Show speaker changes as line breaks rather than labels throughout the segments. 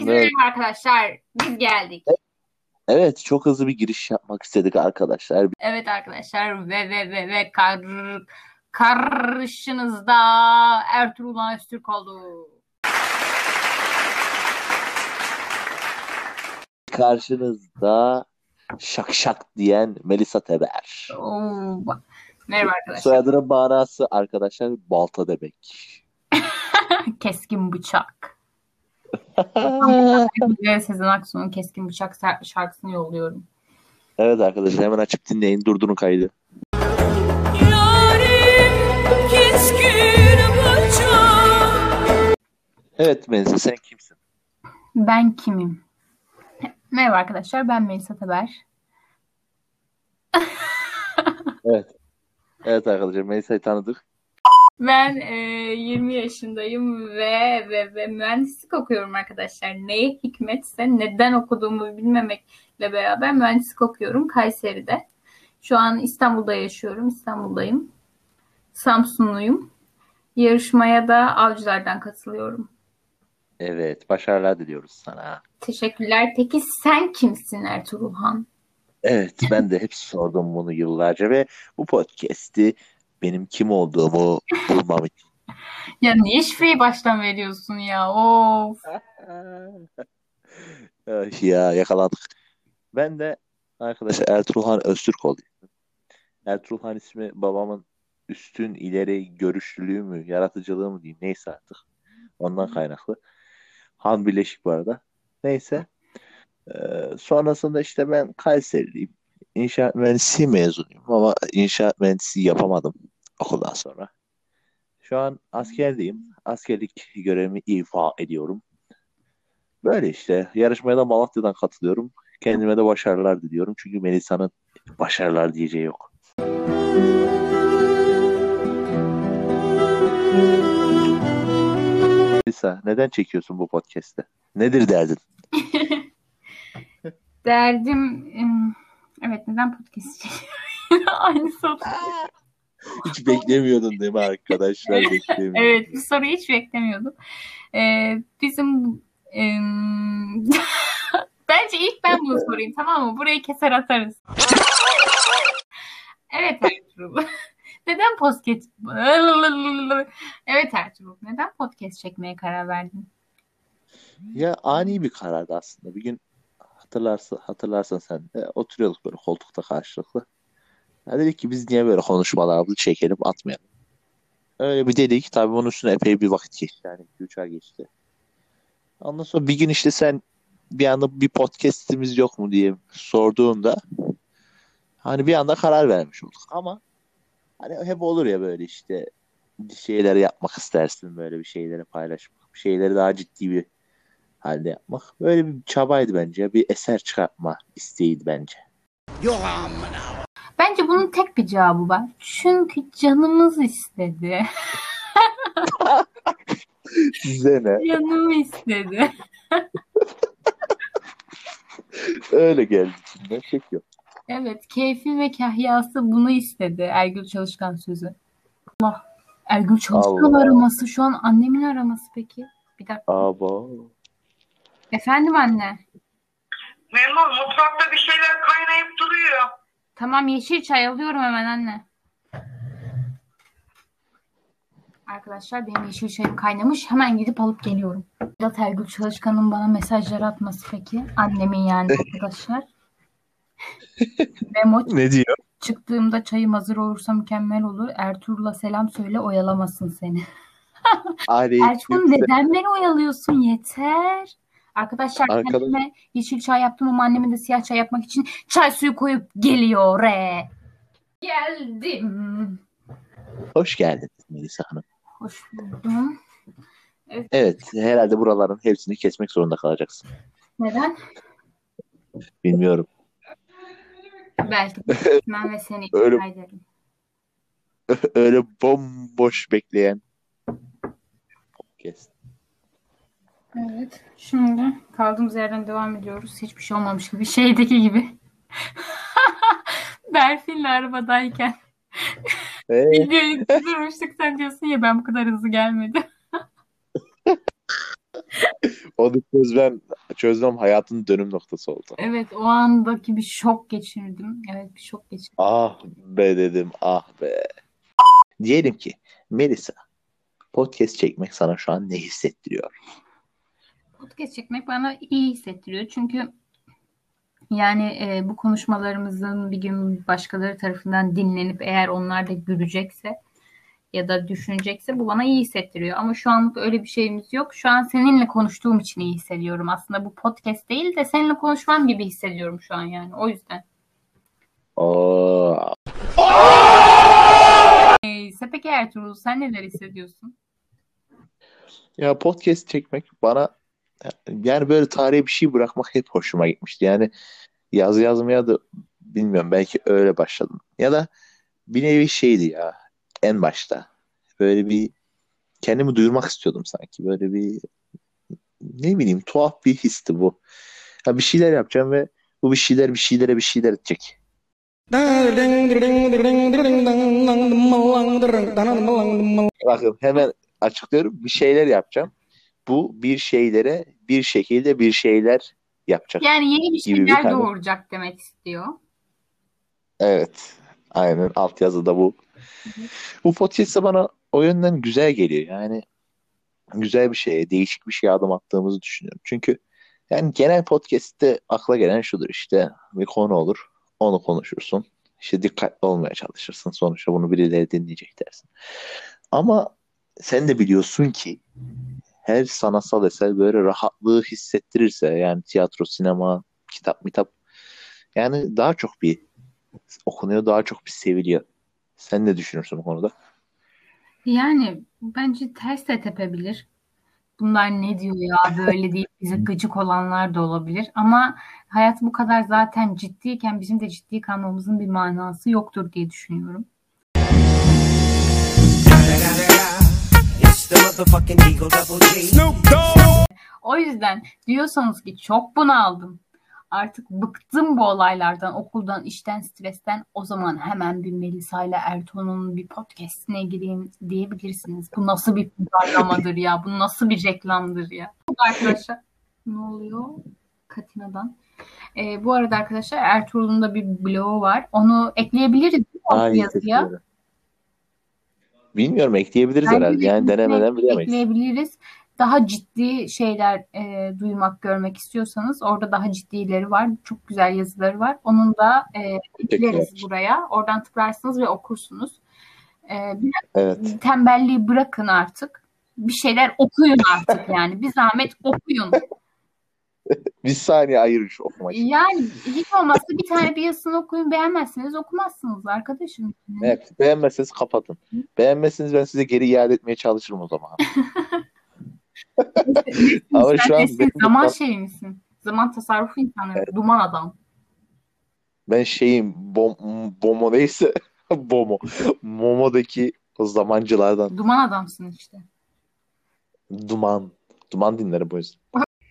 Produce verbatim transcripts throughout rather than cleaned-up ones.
Herkese
Evet.
merhaba arkadaşlar. Biz geldik.
Evet, çok hızlı bir giriş yapmak istedik arkadaşlar.
Evet arkadaşlar ve ve ve ve kar, karşınızda Ertuğrul Öztürk oldu.
Karşınızda şak şak diyen Melisa Teber.
Oo, bak. Merhaba arkadaşlar.
Soyadının manası arkadaşlar balta demek.
Keskin Bıçak. Ve Sezen Aksu'nun Keskin Bıçak şarkısını yolluyorum.
Evet arkadaşlar, hemen açıp dinleyin, durdurun kaydı. Evet Melisa, sen kimsin?
Ben kimim? Merhaba arkadaşlar, ben Melisa Teber.
Evet. Evet arkadaşlar, Melisa'yı tanıdık.
Ben e, yirmi yaşındayım ve, ve ve mühendislik okuyorum arkadaşlar. Neye hikmetse neden okuduğumu bilmemekle beraber mühendislik okuyorum Kayseri'de. Şu an İstanbul'da yaşıyorum. İstanbul'dayım. Samsunluyum. Yarışmaya da Avcılar'dan katılıyorum.
Evet, başarılar diliyoruz sana.
Teşekkürler. Peki sen kimsin Ertuğrulhan?
Evet, ben de hep sordum bunu yıllarca ve bu podcast'i benim kim olduğumu bulmam için.
Ya niye şifreyi baştan veriyorsun ya? Of.
Ya yakalandık. Ben de arkadaşlar Ertuğrulhan Öztürk olayım. Ertuğrulhan ismi babamın üstün ileri görüşlülüğü mü, yaratıcılığı mı diyeyim, neyse artık. Ondan kaynaklı. Han Birleşik bu arada. Neyse. Ee, sonrasında işte ben Kayseriliyim. İnşaat mühendisliği mezunuyum ama inşaat mühendisliği yapamadım okuldan sonra. Şu an askerdeyim. Askerlik görevimi ifa ediyorum. Böyle işte. Yarışmaya da Malatya'dan katılıyorum. Kendime de başarılar diliyorum. Çünkü Melisa'nın başarılar diyeceği yok. Melisa, neden çekiyorsun bu podcast'te? Nedir derdin?
Derdim... Evet, neden podcast çekiyorum? Aynı soru.
Hiç beklemiyordun değil mi arkadaşlar?
Evet,
Beklemiyordum.
evet, bu soruyu hiç beklemiyordum. Ee, bizim e, bence ilk ben bunu sorayım, tamam mı? Burayı keser atarız. Evet Ertuğrul. Neden podcast Evet Ertuğrul. Neden podcast çekmeye karar verdin?
Ya ani bir karardı aslında. Bir gün hatırlarsın, hatırlarsan sen de oturuyorduk böyle koltukta karşılıklı. Ya dedik ki biz niye böyle konuşmalarımızı çekelim atmayalım. Öyle bir dedik. Tabii bunun üstüne epey bir vakit geçti. Yani iki üç ay geçti. Ondan sonra bir gün işte sen bir anda bir podcast'imiz yok mu diye sorduğunda hani bir anda karar vermiş olduk. Ama hani hep olur ya böyle işte bir şeyleri yapmak istersin, böyle bir şeyleri paylaşmak. Bir şeyleri daha ciddi bir halde yapmak. Böyle bir çabaydı bence. Bir eser çıkartma isteğiydi bence.
Bence bunun tek bir cevabı var. Çünkü canımız istedi.
Size ne?
Canım istedi.
Öyle geldi içimden. Çekiyor.
Evet, keyfi ve kahyası bunu istedi. Ergül Çalışkan sözü. Allah. Ergül Çalışkan
Allah.
araması şu an annemin araması peki. Bir dakika.
Aba.
Efendim anne.
Memnun, mutfakta bir şeyler kaynayıp duruyor.
Tamam, yeşil çay alıyorum hemen anne. Arkadaşlar benim yeşil çayım kaynamış. Hemen gidip alıp geliyorum. Vedat Ergül Çalışkan'ın bana mesajlar atması peki. Annemin yani arkadaşlar. Memo
Ne diyor?
çıktığımda çayım hazır olursa mükemmel olur. Ertuğrul'a selam söyle, oyalamasın seni. Ertuğrul neden beni oyalıyorsun? Yeter. Arkadaşlar
Arkadaş...
kendime yeşil çay yaptım ama anneme de siyah çay yapmak için çay suyu koyup geliyor. Re. Geldim.
Hoş geldiniz Melisa Hanım.
Hoş buldum.
Evet. evet, herhalde buraların hepsini kesmek zorunda kalacaksın.
Neden?
Bilmiyorum.
Belki de kesmem ve seni ikna öyle, ederim.
Öyle bomboş bekleyen kes.
Evet. Şimdi kaldığımız yerden devam ediyoruz. Hiçbir şey olmamış gibi. Şeydeki gibi. Berfin'le arabadayken ee? videoyu durmuştuk, sen diyorsun ya ben bu kadar hızlı gelmedim.
Onu çözmem, çözmem hayatın dönüm noktası oldu.
Evet, o andaki bir şok geçirdim. Evet, bir şok geçirdim.
Ah be dedim, ah be. Diyelim ki Melisa, podcast çekmek sana şu an ne hissettiriyor?
Podcast çekmek bana iyi hissettiriyor. Çünkü yani e, bu konuşmalarımızın bir gün başkaları tarafından dinlenip eğer onlar da gülecekse ya da düşünecekse bu bana iyi hissettiriyor. Ama şu anlık öyle bir şeyimiz yok. Şu an seninle konuştuğum için iyi hissediyorum. Aslında bu podcast değil de seninle konuşmam gibi hissediyorum şu an yani. O yüzden.
Oo,
Neyse peki Ertuğrul, sen neler hissediyorsun?
ya podcast çekmek bana yani böyle tarihe bir şey bırakmak hep hoşuma gitmişti. Yani yazı yazmaya da bilmiyorum belki öyle başladım. Ya da bir nevi şeydi ya en başta. Böyle bir kendimi duyurmak istiyordum sanki. Böyle bir ne bileyim tuhaf bir histi bu. Ya bir şeyler yapacağım ve bu bir şeyler bir şeylere bir şeyler edecek. Bakın hemen açıklıyorum. Bir şeyler yapacağım. Bu bir şeylere bir şekilde bir şeyler yapacak
Yani yeni bir
gibi bir
şeyler
hani.
doğuracak demek istiyor.
Evet. Aynen altyazıda bu. Bu podcast de bana o yönden güzel geliyor. Yani güzel bir şeye, değişik bir şeye adım attığımızı düşünüyorum. Çünkü yani genel podcast'te akla gelen şudur işte bir konu olur, onu konuşursun. İşte dikkatli olmaya çalışırsın. Sonuçta bunu birileri dinleyecek dersin. Ama sen de biliyorsun ki her sanatsal eser böyle rahatlığı hissettirirse yani tiyatro, sinema, kitap, mitap yani daha çok bir okunuyor, daha çok bir seviliyor. Sen ne düşünürsün bu konuda?
Yani bence ters de tepebilir. Bunlar ne diyor ya böyle deyip bize gıcık olanlar da olabilir. Ama hayat bu kadar zaten ciddiyken bizim de ciddi kalmamızın bir manası yoktur diye düşünüyorum. O yüzden diyorsanız ki çok bunaldım. Artık bıktım bu olaylardan, okuldan, işten, stresten. O zaman hemen bir Melisa ile Ertuğrul'un bir podcastine gireyim diyebilirsiniz. Bu nasıl bir pazarlamadır ya? Bu nasıl bir reklamdır ya? Arkadaşlar ne oluyor? Katina'dan. Ee, bu arada arkadaşlar Ertuğrul'un da bir blogu var. Onu ekleyebiliriz değil mi o
Ay
yazıya?
teşekkür Bilmiyorum ekleyebiliriz
Bence
herhalde.
de
Yani
kesinlikle
denemeden bilemeyiz.
ekleyebiliriz. Daha ciddi şeyler e, duymak, görmek istiyorsanız orada daha ciddileri var. Çok güzel yazıları var. Onun da e,
Teşekkürler.
ekleriz buraya. Oradan tıklarsınız ve okursunuz. E, bir
Evet.
tembelliği bırakın artık. Bir şeyler okuyun artık yani. Bir zahmet okuyun.
Bir saniye ayırın şu okuma için.
Yani hiç olmazsa bir tane bir yazısını okuyun. Beğenmezseniz okumazsınız arkadaşım.
Evet. Beğenmezseniz kapatın. Beğenmezseniz ben size geri iade etmeye çalışırım o zaman. Ama
Sen
şu an
nesin?
benim
Zaman
de-
şey misin? Zaman tasarrufu insanları.
Evet.
Duman adam.
ben şeyim bom, Bomo neyse Bomo. Momo'daki o zamancılardan
Duman adamsın işte.
Duman. Duman dinlerim bu yüzden.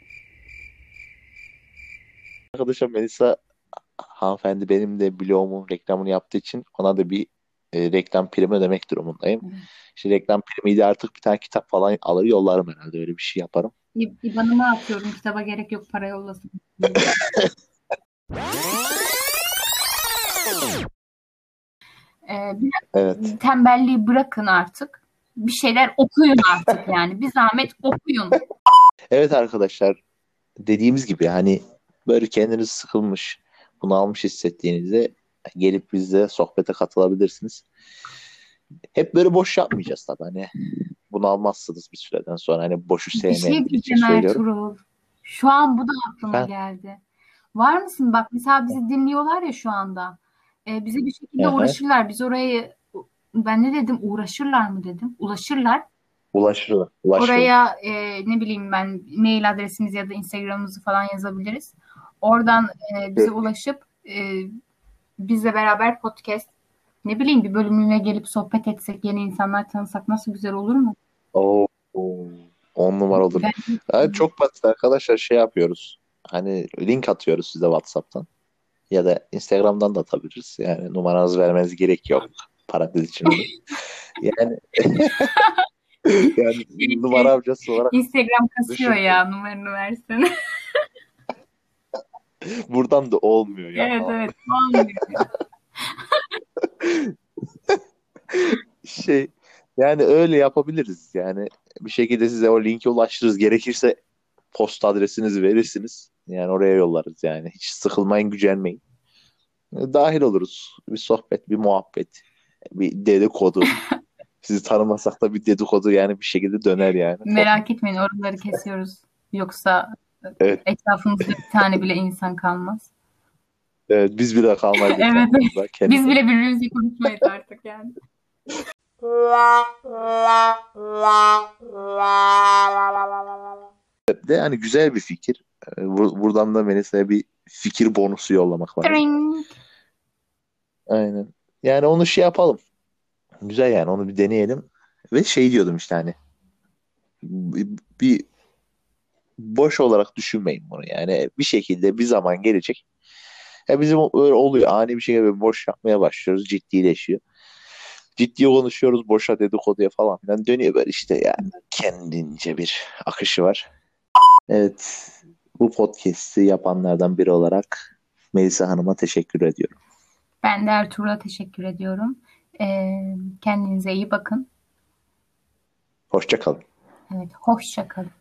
Arkadaşım Melisa hanımefendi benim de blogumun reklamını yaptığı için ona da bir e, reklam primi ödemek durumundayım.
Evet.
İşte reklam primiyle artık bir tane kitap falan alır yollarım herhalde öyle bir şey yaparım.
İ- İban'ıma atıyorum. Kitaba gerek yok. Para yollasın. Ee, bir
Evet.
tembelliği bırakın artık. Bir şeyler okuyun artık yani. Bir zahmet okuyun.
Evet arkadaşlar dediğimiz gibi hani böyle kendinizi sıkılmış, bunalmış hissettiğinizde gelip bizle sohbete katılabilirsiniz. Hep böyle boş yapmayacağız tabii hani bunalmazsınız bir süreden sonra hani boşu
Bir şey
sevmeyen biri için
diyeceğim
söylüyorum.
Ertuğrul. Şu an bu da aklıma
Ben,
geldi. Var mısın? Bak mesela bizi dinliyorlar ya şu anda. Ee, bize bir şekilde
Aha,
uğraşırlar. Biz orayı ben ne dedim? Uğraşırlar mı dedim? Ulaşırlar.
ulaşırlar, ulaşırlar.
Oraya e, ne bileyim ben mail adresimizi ya da Instagram'ımızı falan yazabiliriz. Oradan e, bize ulaşıp e, bizle beraber podcast ne bileyim bir bölümüne gelip sohbet etsek, yeni insanlar tanısak nasıl güzel olur mu?
Oo, oo, on numara olur.
Ben,
Yani çok basit arkadaşlar şey yapıyoruz. Hani link atıyoruz size WhatsApp'tan ya da Instagram'dan da atabiliriz. Yani numaranızı vermeniz gerek yok. Parantez için olur. Yani Yani numara avcısı olarak
Instagram kasıyor
düşün.
ya, numaranı versene.
Buradan da olmuyor ya.
Evet evet. Olmuyor.
Şey yani öyle yapabiliriz yani bir şekilde size o linki ulaştırırız. Gerekirse posta adresinizi verirsiniz. Yani oraya yollarız yani. Hiç sıkılmayın, gücenmeyin. Dahil oluruz. Bir sohbet, bir muhabbet, bir dedikodu. Sizi tanımasak da bir dedikodu yani bir şekilde döner yani.
Merak etmeyin, oraları kesiyoruz. Yoksa
Evet,
etrafımızda bir tane bile insan kalmaz.
evet biz bile kalmayız
Evet.
etrafımızda. Kendi
Biz bile birbirimizle konuşmayız artık yani.
de yani güzel bir fikir. Ee, bur- Buradan da Melisa'ya bir fikir bonusu yollamak lazım.
Tring.
Aynen. Yani onu şey yapalım. Güzel yani onu bir deneyelim. Ve şey diyordum işte hani bir, bir boş olarak düşünmeyin bunu yani bir şekilde bir zaman gelecek. Ya bizim öyle oluyor ani bir şekilde böyle boş yapmaya başlıyoruz ciddileşiyor. Ciddi konuşuyoruz boşa dedikoduya falan filan dönüyor böyle işte yani kendince bir akışı var. Evet bu podcast'i yapanlardan biri olarak Melisa Hanım'a teşekkür ediyorum.
Ben de Ertuğrul'a teşekkür ediyorum. Ee, kendinize iyi bakın.
Hoşça kalın.
Evet, hoşça kalın.